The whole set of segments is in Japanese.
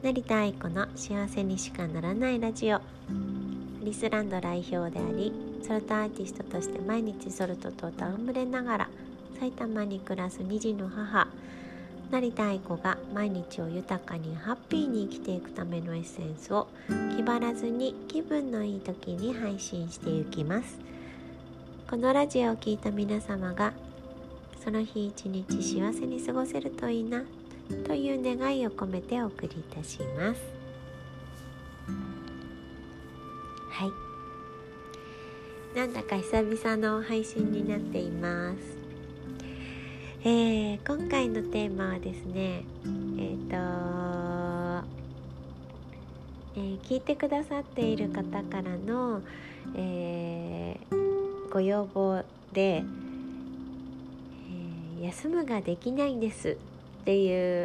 成田愛子の幸せにしかならないラジオ。アリスランド代表でありソルトアーティストとして毎日ソルトと戯れながら埼玉に暮らす2児の母成田愛子が毎日を豊かにハッピーに生きていくためのエッセンスを気張らずに気分のいい時に配信していきます。このラジオを聞いた皆様がその日一日幸せに過ごせるといいなという願いを込めてお送りいたします。はい、なんだか久々の配信になっています。今回のテーマはですね、聞いてくださっている方からの、ご要望で、休むができないんですっていう、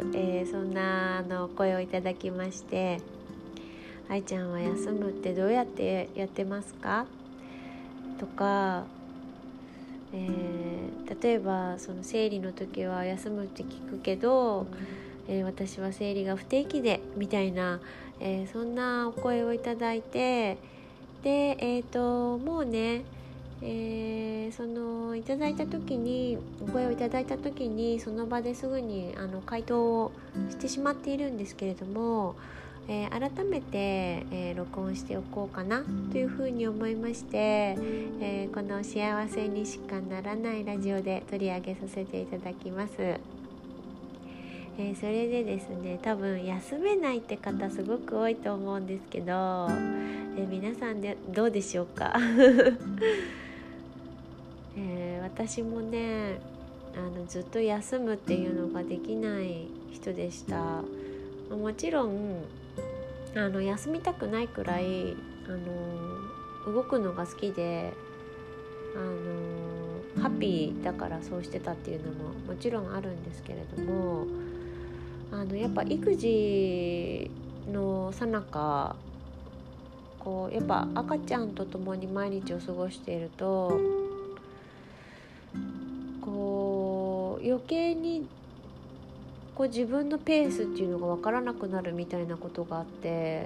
そんな声をいただきまして、愛ちゃんは休むってどうやってやってますかとか、例えばその生理の時は休むって聞くけど、私は生理が不定期でみたいな、そんなお声をいただいて、で、もうねそのいただいた時にお声をいただいた時にその場ですぐに回答をしてしまっているんですけれども、改めて、録音しておこうかなというふうに思いまして、この幸せにしかならないラジオで取り上げさせていただきます。それでですね、多分休めないって方すごく多いと思うんですけど、皆さんでどうでしょうか私もねずっと休むっていうのができない人でした。もちろん休みたくないくらい動くのが好きでハッピーだからそうしてたっていうのももちろんあるんですけれども、やっぱ育児の最中やっぱ赤ちゃんと共に毎日を過ごしていると余計に自分のペースっていうのが分からなくなるみたいなことがあって、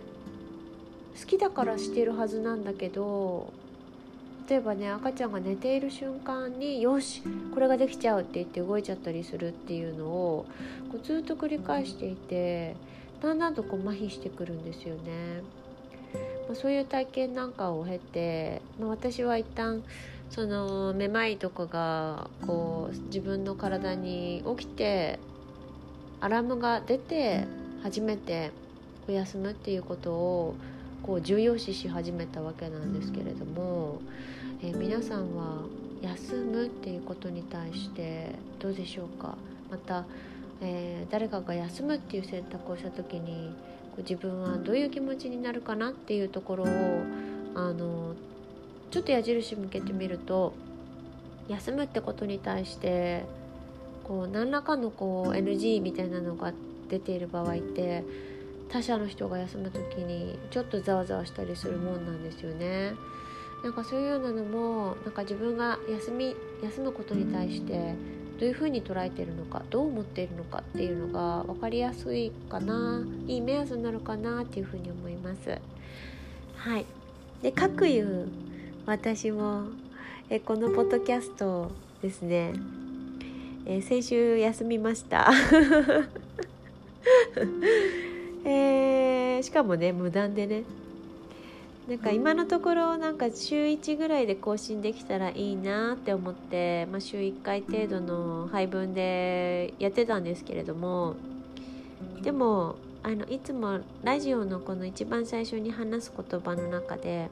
好きだからしてるはずなんだけど、例えばね赤ちゃんが寝ている瞬間によしこれができちゃうって言って動いちゃったりするっていうのをずっと繰り返していて、だんだんと麻痺してくるんですよね。そういう体験なんかを経て、私は一旦そのめまいとかが自分の体に起きてアラームが出て初めて休むっていうことを重要視し始めたわけなんですけれども、皆さんは休むっていうことに対してどうでしょうか。また、誰かが休むっていう選択をした時に自分はどういう気持ちになるかなっていうところをちょっと矢印向けてみると、休むってことに対して何らかのNG みたいなのが出ている場合って他者の人が休む時にちょっとざわざわしたりするもんなんですよね。そういうようなのも自分が休むことに対してどういうふうに捉えているのか、どう思っているのかっていうのが分かりやすいかな、いい目安になるかなっていうふうに思います。はい。で、かくいう私もこのポッドキャストですね、先週休みましたしかもね無断でね、今のところ週1ぐらいで更新できたらいいなって思って、週1回程度の配分でやってたんですけれども、でもいつもラジオのこの一番最初に話す言葉の中で、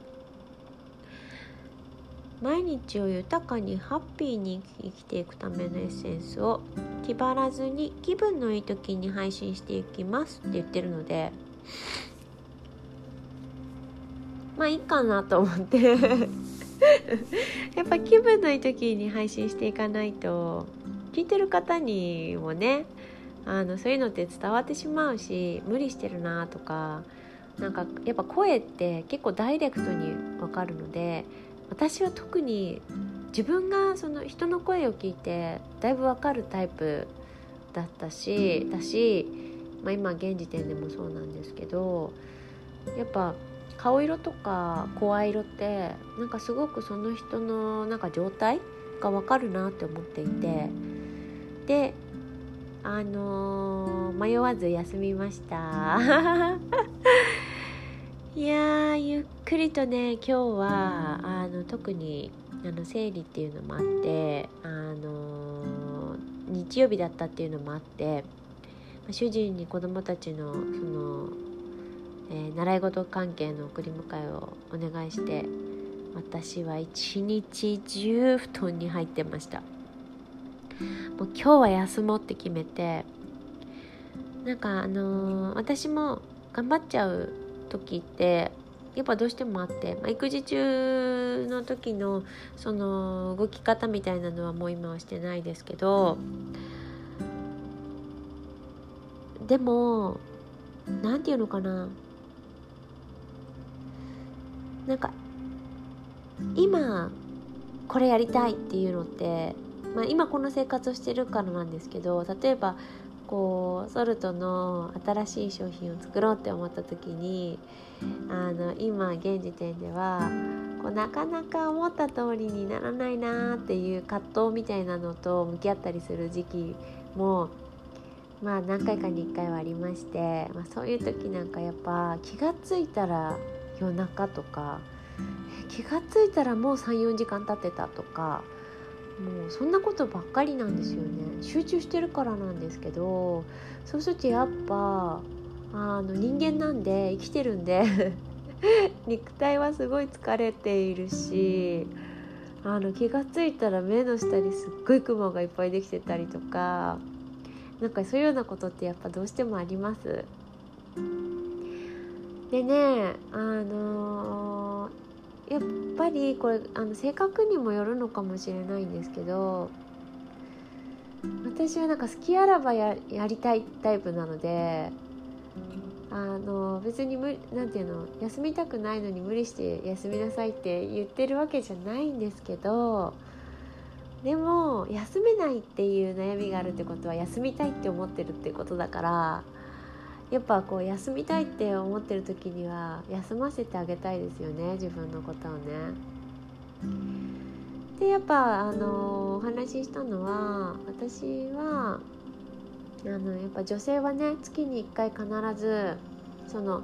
毎日を豊かにハッピーに生きていくためのエッセンスを気張らずに気分のいい時に配信していきますって言ってるので、いいかなと思ってやっぱ気分のいい時に配信していかないと聞いてる方にもねそういうのって伝わってしまうし、無理してるなとかやっぱ声って結構ダイレクトに分かるので、私は特に自分がその人の声を聞いてだいぶ分かるタイプだし、 今現時点でもそうなんですけど、やっぱ顔色とか声色ってなんかすごくその人のなんか状態が分かるなって思っていて、で迷わず休みましたいやゆっくりとね今日は特に生理っていうのもあって、日曜日だったっていうのもあって、主人に子供たちの習い事関係の送り迎えをお願いして、私は一日中布団に入ってました。もう今日は休もうって決めて、なんか私も頑張っちゃう時ってやっぱどうしてもあって、育児中の時のその動き方みたいなのはもう今はしてないですけど、でもなんていうのかな、なんか今これやりたいっていうのって、今この生活をしてるからなんですけど、例えばこうソルトの新しい商品を作ろうって思った時に今現時点ではこうなかなか思った通りにならないなっていう葛藤みたいなのと向き合ったりする時期も何回かに1回はありまして、そういう時なんかやっぱ気がついたら夜中とか、気がついたらもう 3,4 時間経ってたとか、もうそんなことばっかりなんですよね。集中してるからなんですけど、そうするとやっぱ人間なんで生きてるんで肉体はすごい疲れているし、気がついたら目の下にすっごいクモがいっぱいできてたりとか、なんかそういうようなことってやっぱどうしてもあります。でねやっぱりこれ性格にもよるのかもしれないんですけど、私はなんか好きあらば やりたいタイプなので、別になんていうの、休みたくないのに無理して休みなさいって言ってるわけじゃないんですけど、でも休めないっていう悩みがあるってことは休みたいって思ってるってことだから、やっぱこう休みたいって思ってる時には休ませてあげたいですよね、自分のことをね。でやっぱお話ししたのは、私はやっぱ女性はね月に1回必ずその、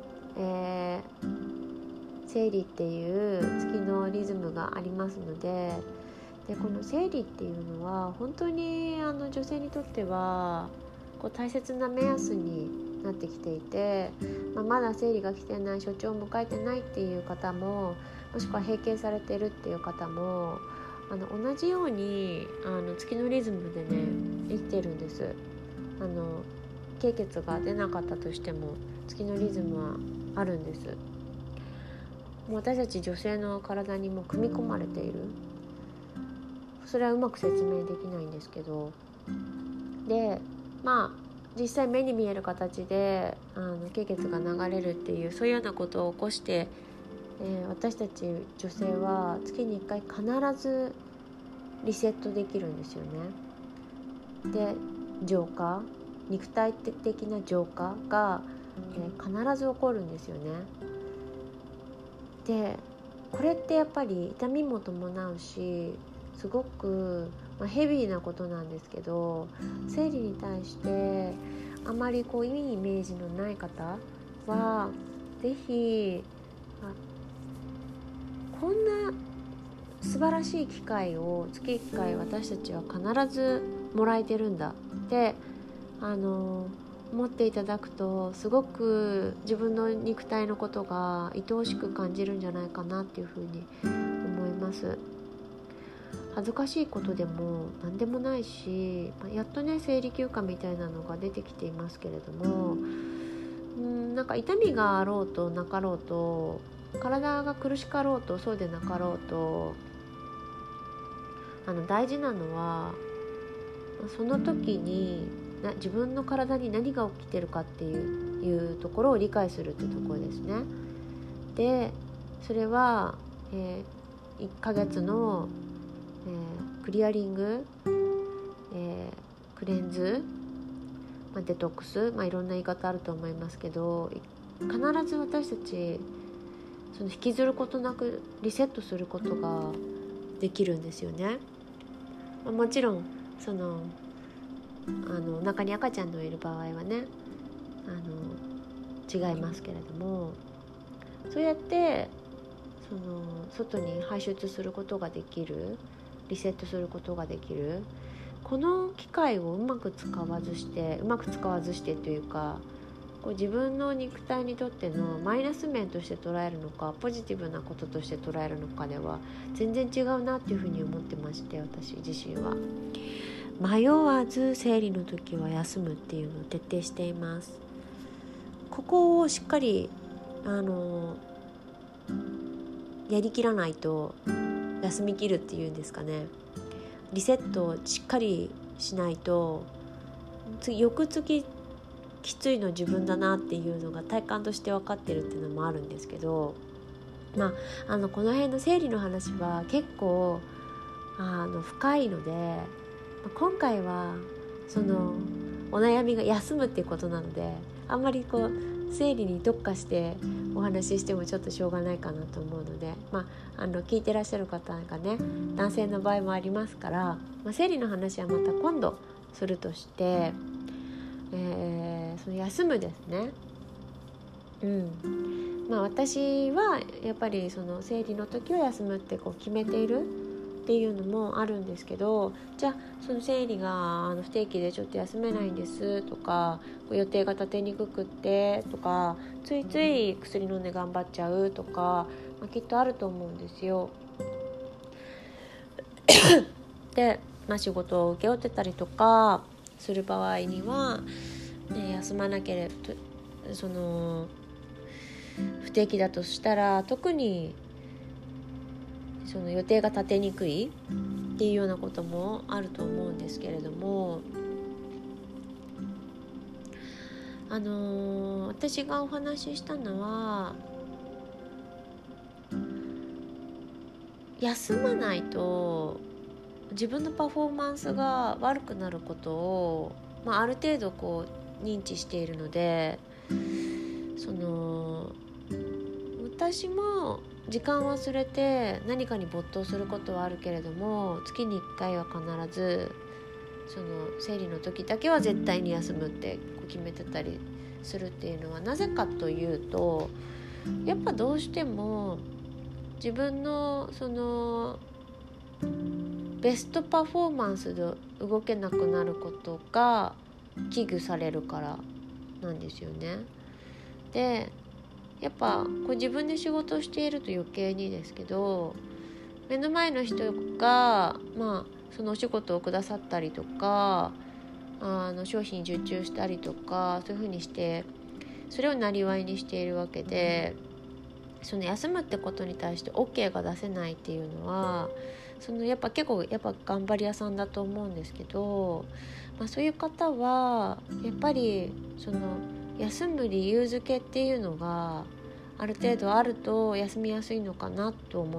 生理っていう月のリズムがありますので、この生理っていうのは本当に女性にとってはこう大切な目安になってきていて、まだ生理が来てない、初潮を迎えてないっていう方も、もしくは閉経されてるっていう方も同じように月のリズムでね生きてるんです。経血が出なかったとしても月のリズムはあるんです。もう私たち女性の体にも組み込まれている。それはうまく説明できないんですけど、で実際目に見える形で経血が流れるっていう、そういうようなことを起こして、私たち女性は月に1回必ずリセットできるんですよね。で浄化、肉体的な浄化が、必ず起こるんですよね。でこれってやっぱり痛みも伴うし、すごく、ヘビーなことなんですけど、生理に対してあまりいいイメージのない方はぜひこんな素晴らしい機会を月1回私たちは必ずもらえてるんだって思っていただくと、すごく自分の肉体のことが愛おしく感じるんじゃないかなっていうふうに思います。恥ずかしいことでも何でもないし、やっとね生理休暇みたいなのが出てきていますけれども、なんか痛みがあろうとなかろうと、体が苦しかろうとそうでなかろうと、大事なのはその時に自分の体に何が起きてるかっていうところを理解するってところですね。でそれは、1ヶ月の、クリアリング、クレンズ、 デトックス、いろんな言い方あると思いますけど、必ず私たちその引きずることなくリセットすることができるんですよね。もちろんその中に赤ちゃんのいる場合はね違いますけれども、そうやってその外に排出することができる、リセットすることができる、この機会をうまく使わずしてというか、こう自分の肉体にとってのマイナス面として捉えるのかポジティブなこととして捉えるのかでは全然違うなっていうふうに思ってまして、私自身は迷わず生理の時は休むっていうのを徹底しています。ここをしっかりやりきらないと、休みきるっていうんですかね、リセットをしっかりしないと翌月きついの自分だなっていうのが体感として分かってるっていうのもあるんですけど、この辺の生理の話は結構深いので、今回はそのお悩みが休むっていうことなので、あんまりこう生理に特化してお話ししてもちょっとしょうがないかなと思うので、聞いてらっしゃる方がね男性の場合もありますから、生理の話はまた今度するとして、その休むですね。私はやっぱりその生理の時は休むってこう決めているっていうのもあるんですけど、じゃあその生理が不定期でちょっと休めないんですとか、予定が立てにくくってとか、ついつい薬飲んで頑張っちゃうとか、きっとあると思うんですよ。で、仕事を請け負ってたりとかする場合には、休まなければその不定期だとしたら特にその予定が立てにくいっていうようなこともあると思うんですけれども、私がお話ししたのは、休まないと自分のパフォーマンスが悪くなることを、ある程度こう認知しているので、その私も時間を忘れて何かに没頭することはあるけれども、月に1回は必ずその生理の時だけは絶対に休むって決めてたりするっていうのはなぜかというと、やっぱどうしても自分のそのベストパフォーマンスで動けなくなることが危惧されるからなんですよね。でやっぱこう自分で仕事をしていると余計にですけど、目の前の人がそのお仕事をくださったりとか、商品受注したりとか、そういう風にしてそれをなりわいにしているわけで、その休むってことに対して OK が出せないっていうのは、そのやっぱ結構頑張り屋さんだと思うんですけど、そういう方はやっぱりその休む理由付けっていうのがある程度あると休みやすいのかなと思って、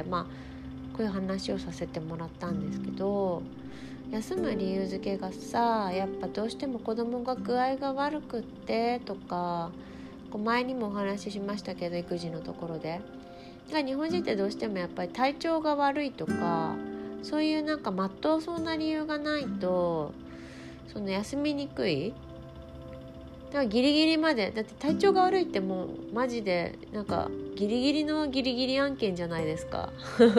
こういう話をさせてもらったんですけど、休む理由付けがさ、やっぱどうしても子供が具合が悪くってとか、前にもお話ししましたけど、育児のところで日本人ってどうしてもやっぱり体調が悪いとか、そういうまっとうそうな理由がないとその休みにくい。だからギリギリまで、だって体調が悪いってもうマジでギリギリのギリギリ案件じゃないですか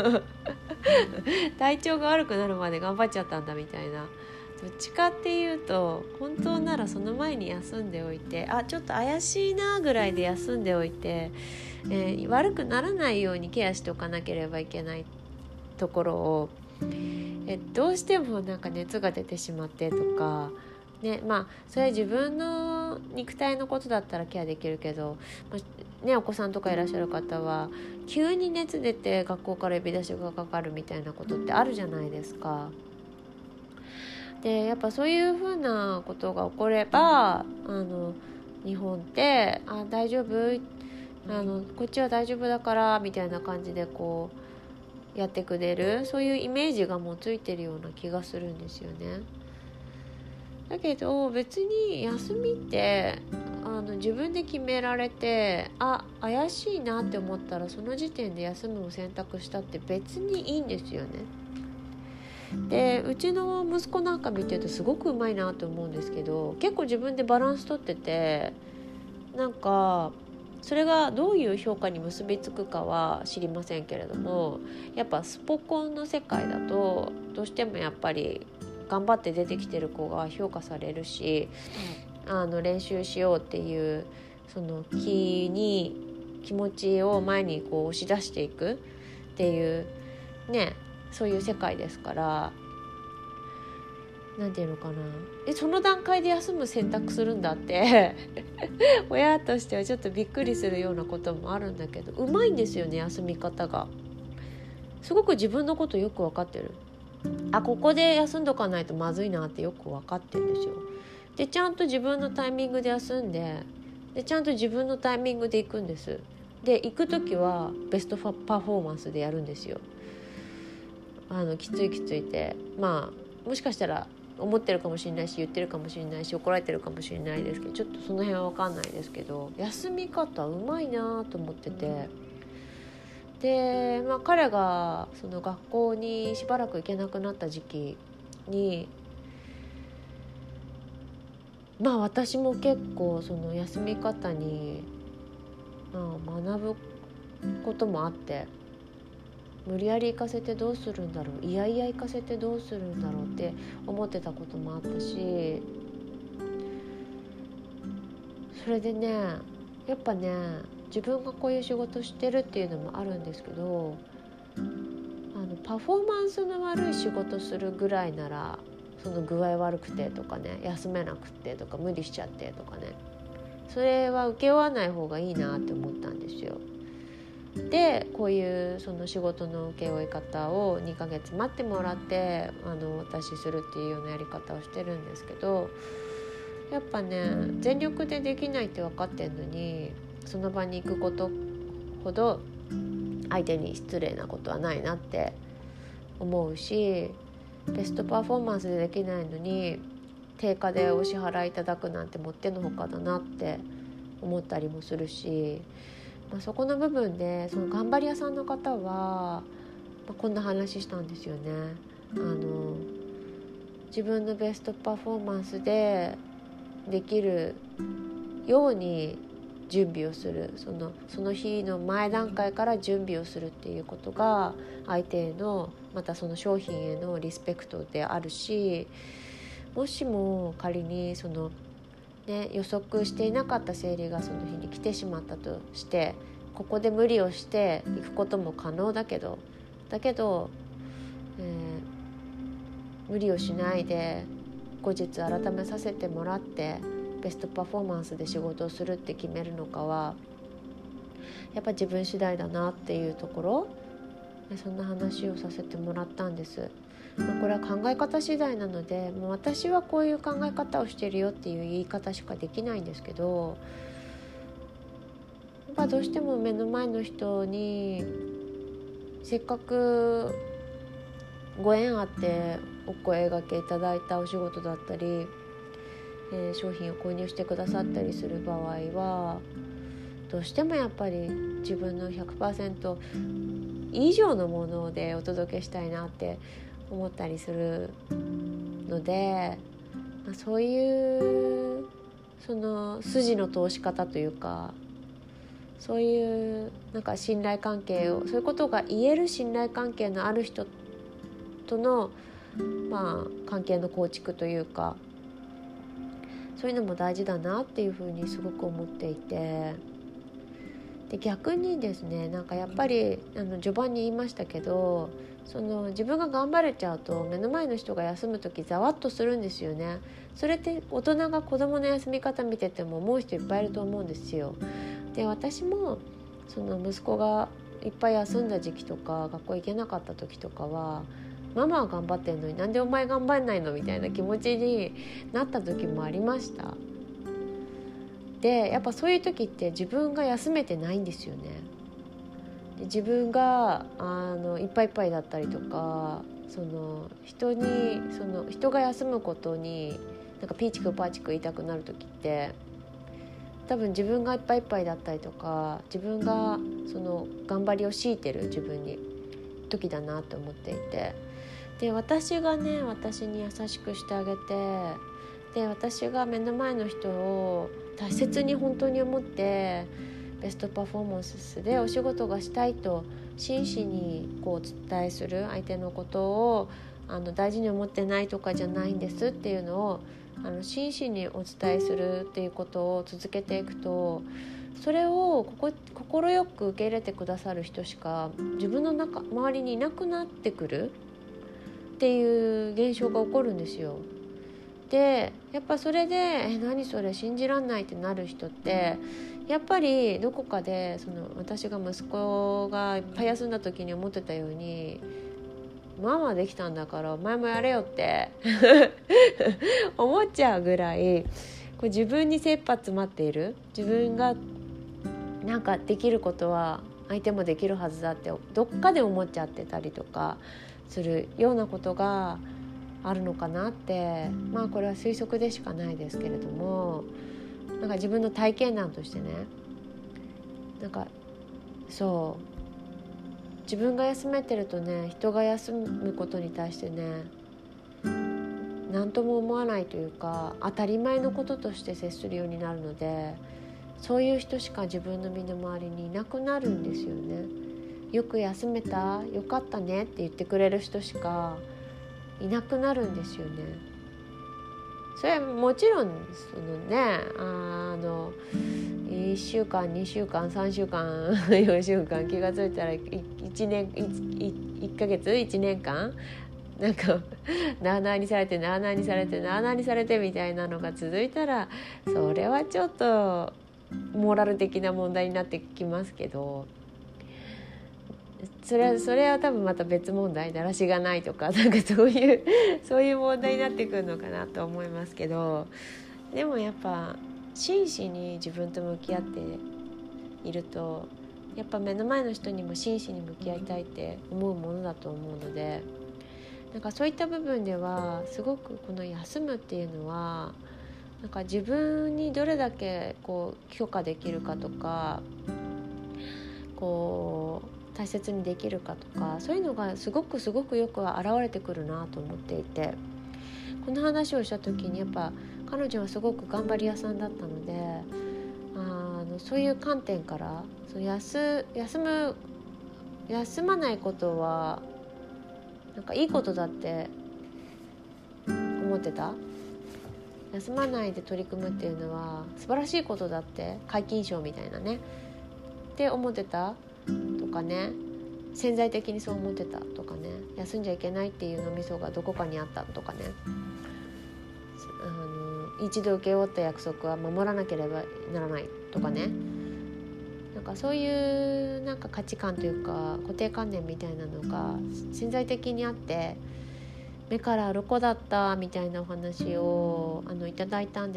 体調が悪くなるまで頑張っちゃったんだみたいな。どっちかっていうと本当ならその前に休んでおいて、ちょっと怪しいなぐらいで休んでおいて、悪くならないようにケアしておかなければいけないところを、どうしても熱が出てしまってとかね、それは自分の肉体のことだったらケアできるけど、お子さんとかいらっしゃる方は急に熱出て学校から呼び出しがかかるみたいなことってあるじゃないですか。でやっぱそういうふうなことが起これば日本って大丈夫こっちは大丈夫だからみたいな感じでこうやってくれる、そういうイメージがもうついてるような気がするんですよね。 だけど別に休みって自分で決められて、怪しいなって思ったらその時点で休むを選択したって別にいいんですよね。でうちの息子なんか見てるとすごくうまいなと思うんですけど、結構自分でバランス取ってて、なんかそれがどういう評価に結びつくかは知りませんけれども、やっぱスポコンの世界だとどうしてもやっぱり頑張って出てきてる子が評価されるし、練習しようっていうその気持ちを前にこう押し出していくっていうね、そういう世界ですから、なんていうのかな、その段階で休む選択するんだって親としてはちょっとびっくりするようなこともあるんだけど、うまいんですよね、休み方が。すごく自分のことよく分かってる。ここで休んどかないとまずいなってよく分かってるんですよ。でちゃんと自分のタイミングで休んで、ちゃんと自分のタイミングで行くんです。で行く時はベストパフォーマンスでやるんですよ。きついってもしかしたら思ってるかもしれないし、言ってるかもしれないし、怒られてるかもしれないですけど、ちょっとその辺は分かんないですけど、休み方うまいなと思ってて、で、彼がその学校にしばらく行けなくなった時期に、私も結構その休み方に、学ぶこともあって、無理やり行かせてどうするんだろう、いやいや行かせてどうするんだろうって思ってたこともあったし、それでね、やっぱね、自分がこういう仕事してるっていうのもあるんですけど、パフォーマンスの悪い仕事するぐらいなら、その具合悪くてとかね、休めなくてとか無理しちゃってとかね、それは請け負わない方がいいなって思ったんですよ。でこういうその仕事の請け負い方を2ヶ月待ってもらってお渡しするっていうようなやり方をしてるんですけど、やっぱね、全力でできないって分かってんのにその場に行くことほど相手に失礼なことはないなって思うし、ベストパフォーマンスでできないのに定価でお支払いいただくなんてもってのほかだなって思ったりもするし、そこの部分でその頑張り屋さんの方は、こんな話したんですよね。自分のベストパフォーマンスでできるように準備をする、その日の前段階から準備をするっていうことが相手への、またその商品へのリスペクトであるし、もしも仮にその予測していなかった生理がその日に来てしまったとして、ここで無理をしていくことも可能だけど、無理をしないで後日改めさせてもらってベストパフォーマンスで仕事をするって決めるのかはやっぱ自分次第だなっていうところ、そんな話をさせてもらったんです。これは考え方次第なので、もう私はこういう考え方をしてるよっていう言い方しかできないんですけど、やっぱどうしても目の前の人にせっかくご縁あってお声掛けいただいたお仕事だったり、商品を購入してくださったりする場合はどうしてもやっぱり自分の 100% 以上のものでお届けしたいなって思ったりするので、そういうその筋の通し方というか、そういうなんか信頼関係を、そういうことが言える信頼関係のある人との関係の構築というか、そういうのも大事だなっていうふうにすごく思っていて、で逆にですね、なんかやっぱり序盤に言いましたけど、その自分が頑張れちゃうと目の前の人が休む時ざわっとするんですよね。それって大人が子供の休み方見てても思う人いっぱいいると思うんですよ。で私もその息子がいっぱい休んだ時期とか学校行けなかった時とかは、ママは頑張ってんのになんでお前頑張んないのみたいな気持ちになった時もありました。でやっぱそういう時って自分が休めてないんですよね。で自分がいっぱいいっぱいだったりとか、人が休むことになんかピーチクパーチク言いたくなる時って多分自分がいっぱいいっぱいだったりとか自分がその頑張りを強いてる自分に時だなと思っていて、で私がね私に優しくしてあげて、で私が目の前の人を大切に本当に思ってベストパフォーマンスでお仕事がしたいと真摯にこうお伝えする相手のことを大事に思ってないとかじゃないんですっていうのを真摯にお伝えするっていうことを続けていくと、それを快く受け入れてくださる人しか自分の周りにいなくなってくるっていう現象が起こるんですよ。でやっぱそれで何それ信じらんないってなる人ってやっぱりどこかで私が息子がいっぱい休んだ時に思ってたように、ママできたんだからお前もやれよって思っちゃうぐらいこう自分に切羽詰まっている、自分がなんかできることは相手もできるはずだってどっかで思っちゃってたりとかするようなことがあるのかなって、まあこれは推測でしかないですけれども、なんか自分の体験談としてね、なんかそう自分が休めてるとね、人が休むことに対してね何とも思わないというか当たり前のこととして接するようになるので、そういう人しか自分の身の回りにいなくなるんですよね。よく休めた、よかったねって言ってくれる人しかいなくなるんですよね。それはもちろん1週間2週間3週間4週間気がついたら1年 1ヶ月1年間なんかなあなあにされてなあなあにされてなあなあにされてみたいなのが続いたら、それはちょっとモラル的な問題になってきますけど、それは多分また別問題、だらしがないとかなんかそういう問題になってくるのかなと思いますけど、でもやっぱ真摯に自分と向き合っていると、やっぱ目の前の人にも真摯に向き合いたいって思うものだと思うので、なんかそういった部分ではすごくこの休むっていうのはなんか自分にどれだけこう許可できるかとか、こう大切にできるかとか、そういうのがすごくよく現れてくるなと思っていて、この話をした時にやっぱ彼女はすごく頑張り屋さんだったので、そういう観点から休まないことはなんかいいことだって思ってた。休まないで取り組むっていうのは素晴らしいことだって、皆勤賞みたいなねって思ってたとかね、潜在的にそう思ってたとかね、休んじゃいけないっていう脳みそがどこかにあったとかね、一度受け負った約束は守らなければならないとかね、なんかそういうなんか価値観というか固定観念みたいなのが潜在的にあって、目から鱗だったみたいなお話をいただいたんです。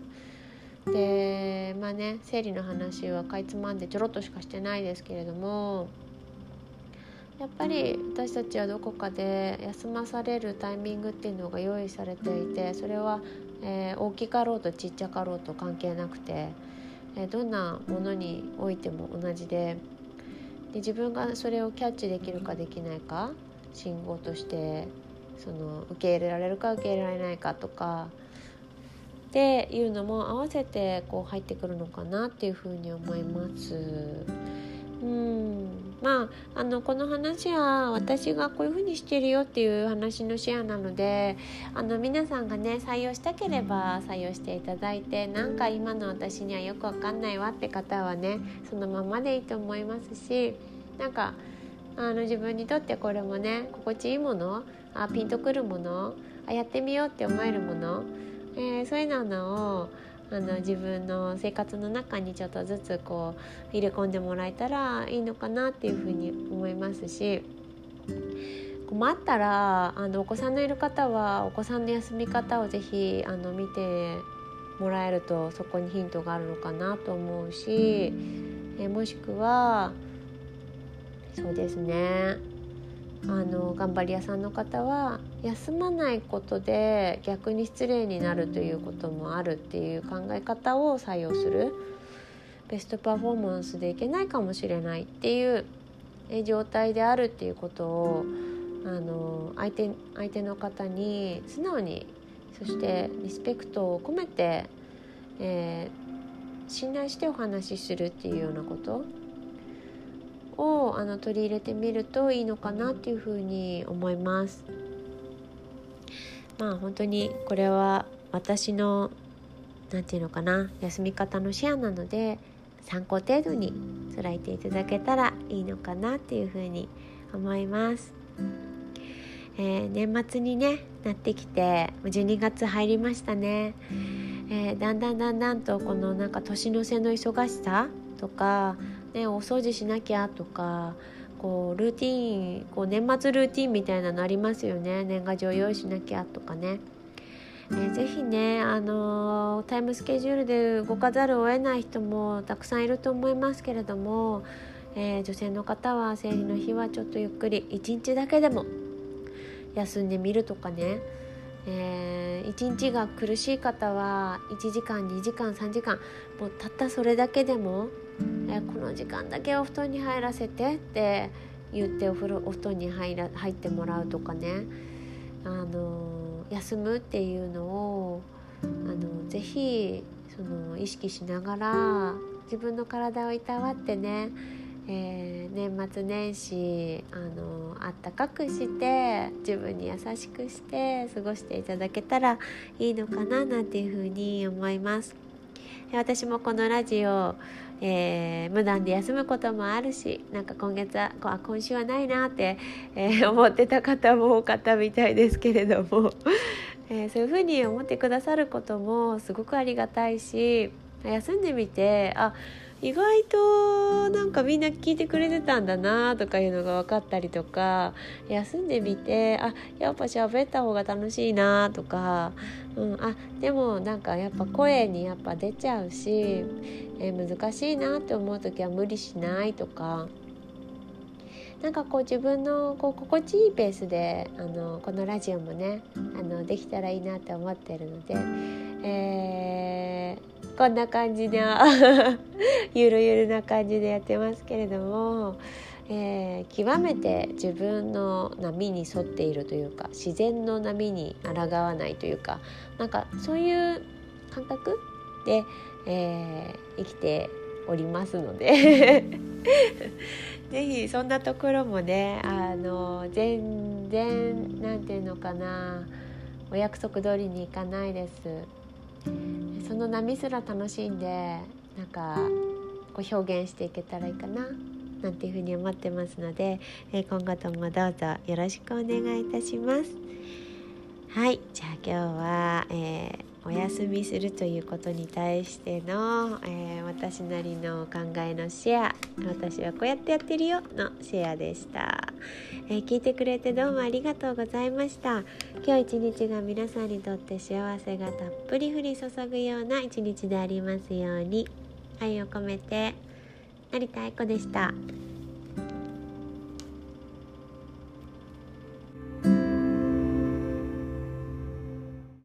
でまあね、生理の話はかいつまんでちょろっとしかしてないですけれども、やっぱり私たちはどこかで休まされるタイミングっていうのが用意されていて、それは、大きかろうとちっちゃかろうと関係なくて、どんなものにおいても同じで、自分がそれをキャッチできるかできないか、信号として受け入れられるか受け入れられないかとかっていうのも合わせてこう入ってくるのかなっていうふうに思います。まあこの話は私がこういうふうにしてるよっていう話のシェアなので、皆さんがね採用したければ採用していただいて、なんか今の私にはよくわかんないわって方はねそのままでいいと思いますし、なんか自分にとってこれもね心地いいもの、ピンとくるもの、やってみようって思えるもの、そういうのを自分の生活の中にちょっとずつこう入れ込んでもらえたらいいのかなっていうふうに思いますし、困ったらお子さんのいる方はお子さんの休み方をぜひ見てもらえるとそこにヒントがあるのかなと思うし、もしくはそうですね、 頑張り屋さんの方は休まないことで逆に失礼になるということもあるっていう考え方を採用する。ベストパフォーマンスでいけないかもしれないっていう状態であるっていうことを相手の方に素直に、そしてリスペクトを込めて、信頼してお話しするっていうようなことを取り入れてみるといいのかなっていうふうに思います。本当にこれは私のなんていうのかな、休み方のシェアなので参考程度に捉えていただけたらいいのかなっていうふうに思います。年末にねなってきて12月入りましたね。だんだんとこのなんか年の瀬の忙しさとか、ね、お掃除しなきゃとかこうルーティーン、年末ルーティーンみたいなのありますよね。年賀状用意しなきゃとかね。ぜひね、タイムスケジュールで動かざるを得ない人もたくさんいると思いますけれども、女性の方は生理の日はちょっとゆっくり1日だけでも休んでみるとかね、1日が苦しい方は1時間2時間3時間もうたったそれだけでも、この時間だけお布団に入らせてって言ってお布団に入ってもらうとかね、休むっていうのをぜひ意識しながら自分の体をいたわってね、年末年始あったかくして自分に優しくして過ごしていただけたらいいのかななんていうふうに思います。私もこのラジオ、無断で休むこともあるし、なんか今週はないなって、思ってた方も多かったみたいですけれども、そういうふうに思ってくださることもすごくありがたいし、休んでみて意外となんかみんな聞いてくれてたんだなとかいうのが分かったりとか、休んでみてやっぱ喋った方が楽しいなとか、でもなんかやっぱ声にやっぱ出ちゃうし、難しいなって思う時は無理しないとか、なんか自分の心地いいペースでこのラジオもねできたらいいなって思ってるので、こんな感じでゆるゆるな感じでやってますけれども、極めて自分の波に沿っているというか、自然の波に抗わないというか、なんかそういう感覚で、生きておりますのでぜひそんなところもね全然なんていうのかな、お約束通りにいかないです。その波すら楽しんでなんか表現していけたらいいかななんていうふうに思ってますので、今後ともどうぞよろしくお願いいたします。はい、じゃあ今日は、お休みするということに対しての、私なりの考えのシェア、私はこうやってやってるよのシェアでした。聞いてくれてどうもありがとうございました。今日一日が皆さんにとって幸せがたっぷり降り注ぐような一日でありますように。愛を込めて成田愛子でした。